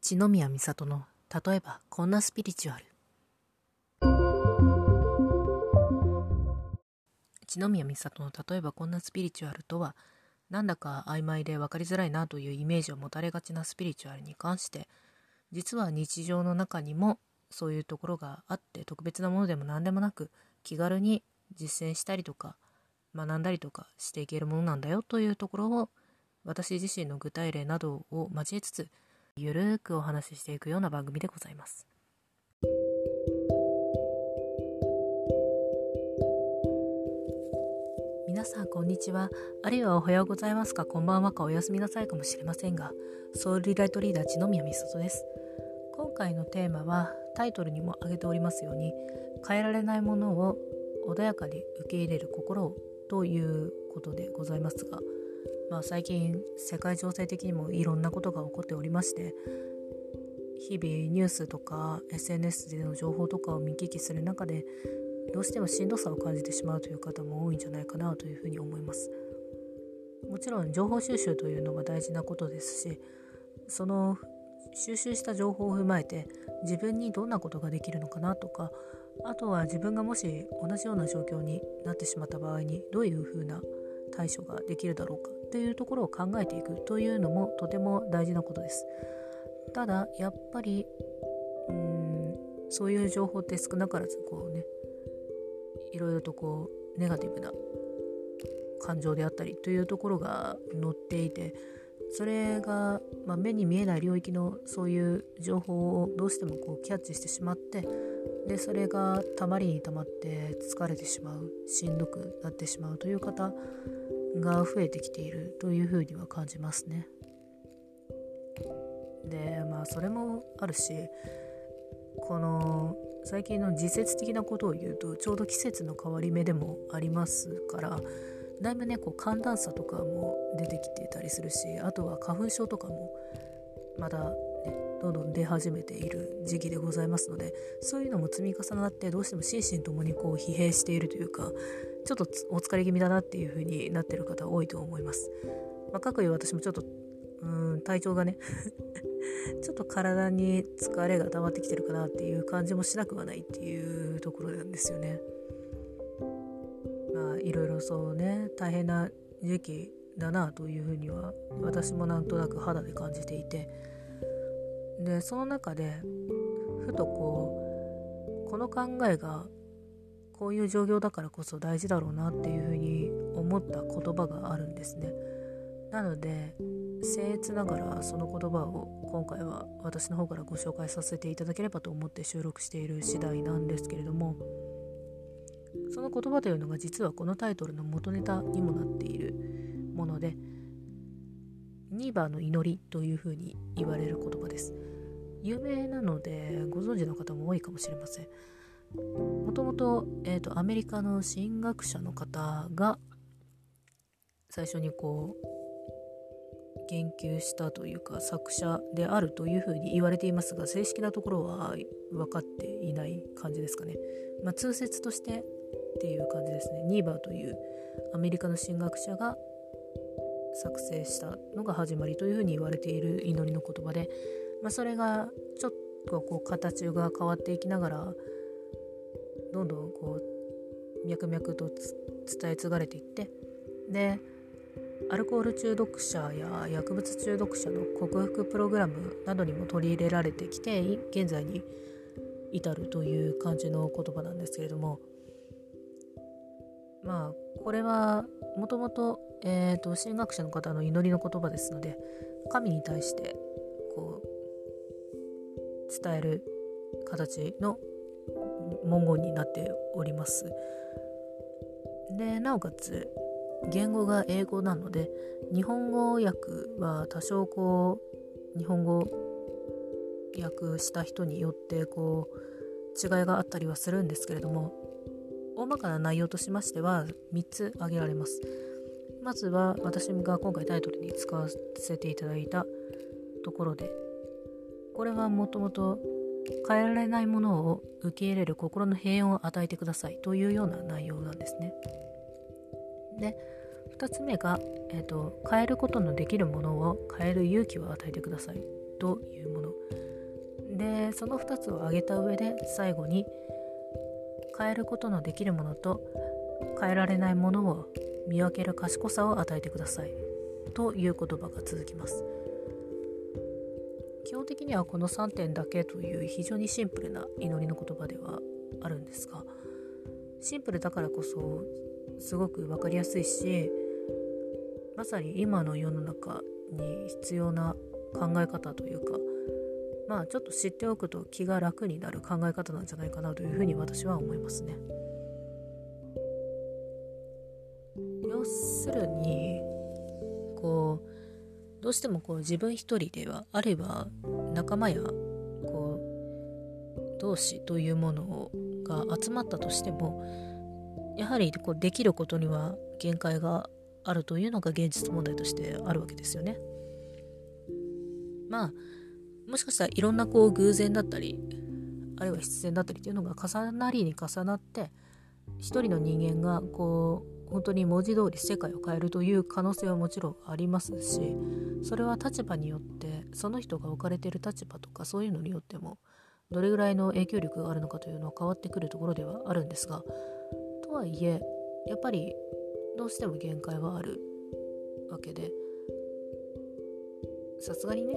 一宮美里の例えばこんなスピリチュアル。一宮美里の例えばこんなスピリチュアルとは、なんだか曖昧で分かりづらいなというイメージを持たれがちなスピリチュアルに関して、実は日常の中にもそういうところがあって、特別なものでも何でもなく気軽に実践したりとか学んだりとかしていけるものなんだよというところを、私自身の具体例などを交えつつゆるーくお話ししていくような番組でございます。皆さんこんにちは、あるいはおはようございますか、こんばんはか、おやすみなさいかもしれませんが、ソウルリライトリーダー一宮美里です。今回のテーマはタイトルにも挙げておりますように、変えられないものを穏やかに受け入れる心をということでございますが、最近世界情勢的にもいろんなことが起こっておりまして、日々ニュースとか SNS での情報とかを見聞きする中で、どうしてもしんどさを感じてしまうという方も多いんじゃないかなというふうに思います。もちろん情報収集というのは大事なことですし、その収集した情報を踏まえて自分にどんなことができるのかなとか、あとは自分がもし同じような状況になってしまった場合にどういうふうな対処ができるだろうかというところを考えていくというのもとても大事なことです。ただやっぱりそういう情報って少なからずいろいろとネガティブな感情であったりというところが載っていて、それが、目に見えない領域のそういう情報をどうしてもキャッチしてしまって、でそれがたまりにたまって疲れてしまう、しんどくなってしまうという方が増えてきているというふうには感じますね。でそれもあるし、この最近の時節的なことを言うと、ちょうど季節の変わり目でもありますから、だいぶ寒暖差とかも出てきてたりするし、あとは花粉症とかもまだどんどん出始めている時期でございますので、そういうのも積み重なってどうしても心身ともに疲弊しているというか、ちょっとお疲れ気味だなっていう風になっている方多いと思います。かくいう私もちょっと体調がねちょっと体に疲れが溜まってきてるかなっていう感じもしなくはないっていうところなんですよね。いろいろそうね、大変な時期だなというふうには私もなんとなく肌で感じていて、でその中でふとこの考えがこういう状況だからこそ大事だろうなっていうふうに思った言葉があるんですね。なので僭越ながらその言葉を今回は私の方からご紹介させていただければと思って収録している次第なんですけれども、その言葉というのが実はこのタイトルの元ネタにもなっているもので、ニーバーの祈りというふうに言われる言葉です。有名なのでご存知の方も多いかもしれません。もともとアメリカの神学者の方が最初に言及したというか作者であるというふうに言われていますが、正式なところは分かっていない感じですかね。通説としてっていう感じですね。ニーバーというアメリカの神学者が作成したのが始まりというふうに言われている祈りの言葉で、それがちょっと形が変わっていきながらどんどん脈々と伝え継がれていって、でアルコール中毒者や薬物中毒者の克服プログラムなどにも取り入れられてきて、現在に至るという感じの言葉なんですけれども、これはもともと神学者の方の祈りの言葉ですので、神に対して伝える形の文言になっております。でなおかつ言語が英語なので、日本語訳は多少日本語訳した人によって違いがあったりはするんですけれども、大まかな内容としましては3つ挙げられます。まずは私が今回タイトルに使わせていただいたところで、これはもともと変えられないものを受け入れる心の平穏を与えてくださいというような内容なんですね。で 2つ目が、変えることのできるものを変える勇気を与えてくださいというもので、その2つを挙げた上で最後に変えることのできるものと変えられないものを見分ける賢さを与えてくださいという言葉が続きます。基本的にはこの3点だけという非常にシンプルな祈りの言葉ではあるんですが、シンプルだからこそすごく分かりやすいし、まさに今の世の中に必要な考え方というか、ちょっと知っておくと気が楽になる考え方なんじゃないかなというふうに私は思いますね。要するにどうしても自分一人では、あるいは仲間や同志というものが集まったとしても、やはりできることには限界があるというのが現実問題としてあるわけですよね。もしかしたらいろんな偶然だったり、あるいは必然だったりというのが重なりに重なって、一人の人間が本当に文字通り世界を変えるという可能性はもちろんありますし、それは立場によって、その人が置かれている立場とかそういうのによってもどれぐらいの影響力があるのかというのは変わってくるところではあるんですが、とはいえやっぱりどうしても限界はあるわけで、さすがにね、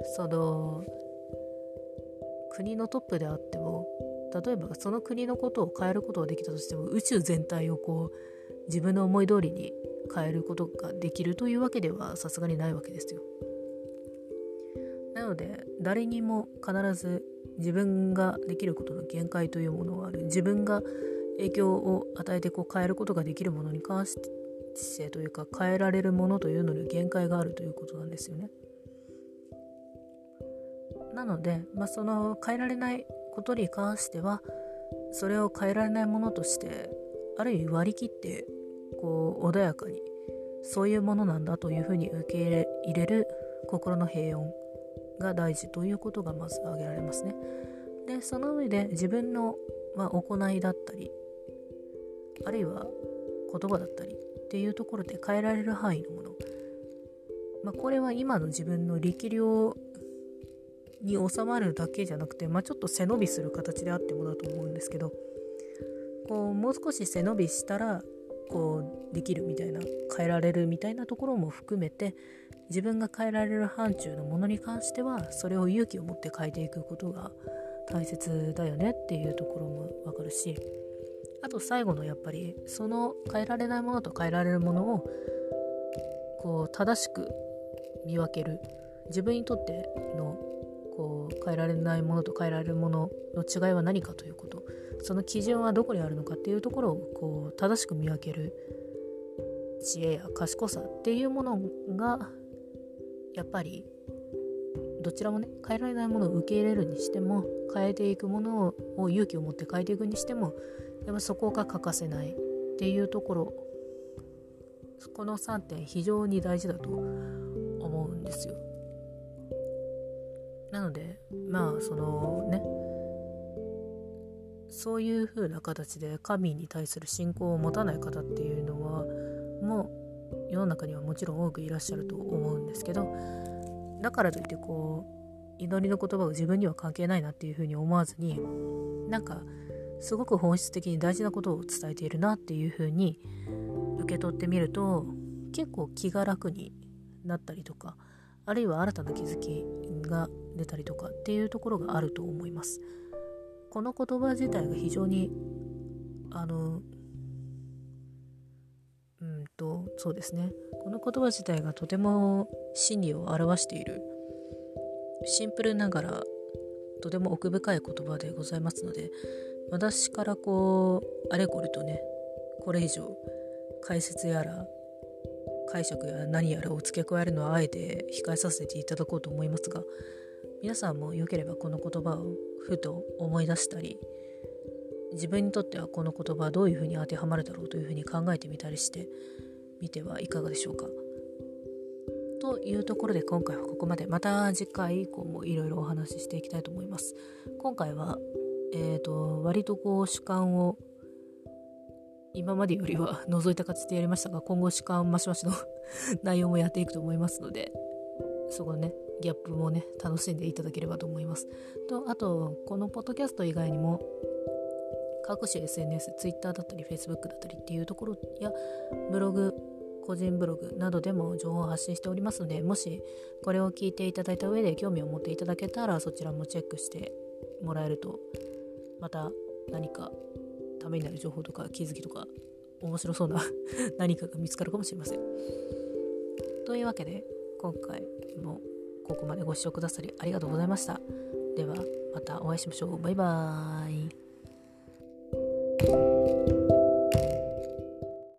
国のトップであっても、例えばその国のことを変えることができたとしても、宇宙全体を自分の思い通りに変えることができるというわけではさすがにないわけですよ。なので誰にも必ず自分ができることの限界というものがある。自分が影響を与えて変えることができるものに関してというか、変えられるものというのに限界があるということなんですよね。なので、その変えられないことに関しては、それを変えられないものとしてある意味割り切って穏やかに、そういうものなんだというふうに受け入れる心の平穏が大事ということがまず挙げられますね。で、その上で自分の、行いだったり、あるいは言葉だったりっていうところで変えられる範囲のもの、これは今の自分の力量に収まるだけじゃなくて、ちょっと背伸びする形であってもだと思うんですけど、もう少し背伸びしたらできるみたいな、変えられるみたいなところも含めて、自分が変えられる範疇のものに関してはそれを勇気を持って変えていくことが大切だよねっていうところもわかるし、あと最後のやっぱりその変えられないものと変えられるものを正しく見分ける、自分にとっての変えられないものと変えられるものの違いは何かということ、その基準はどこにあるのかっていうところを正しく見分ける知恵や賢さっていうものが、やっぱりどちらもね、変えられないものを受け入れるにしても、変えていくものを勇気を持って変えていくにしても、やっぱそこが欠かせないっていうところ、この3点非常に大事だと思うんですよ。なのでそういう風な形で神に対する信仰を持たない方っていうのはもう世の中にはもちろん多くいらっしゃると思うんですけど、だからといって祈りの言葉が自分には関係ないなっていう風に思わずに、すごく本質的に大事なことを伝えているなっていう風に受け取ってみると、結構気が楽になったりとか、あるいは新たな気づきが出たりとかっていうところがあると思います。この言葉自体が非常にそうですね、この言葉自体がとても真理を表している、シンプルながらとても奥深い言葉でございますので、私からあれこれとね、これ以上解説やら解釈や何やらを付け加えるのはあえて控えさせていただこうと思いますが、皆さんもよければこの言葉をふと思い出したり、自分にとってはこの言葉はどういうふうに当てはまるだろうというふうに考えてみたりしてみてはいかがでしょうか。というところで今回はここまで。また次回以降もいろいろお話ししていきたいと思います。今回は割と主観を今までよりは覗いた形でやりましたが、今後主観マシマシの内容もやっていくと思いますので、そこねギャップもね楽しんでいただければと思います。とあとこのポッドキャスト以外にも各種 SNS、Twitter だったり Facebook だったりっていうところやブログ、個人ブログなどでも情報を発信しておりますので、もしこれを聞いていただいた上で興味を持っていただけたらそちらもチェックしてもらえると、また何かためになる情報とか気づきとか面白そうな何かが見つかるかもしれません。というわけで今回もここまでご視聴くださりありがとうございました。ではまたお会いしましょう。バイバーイ。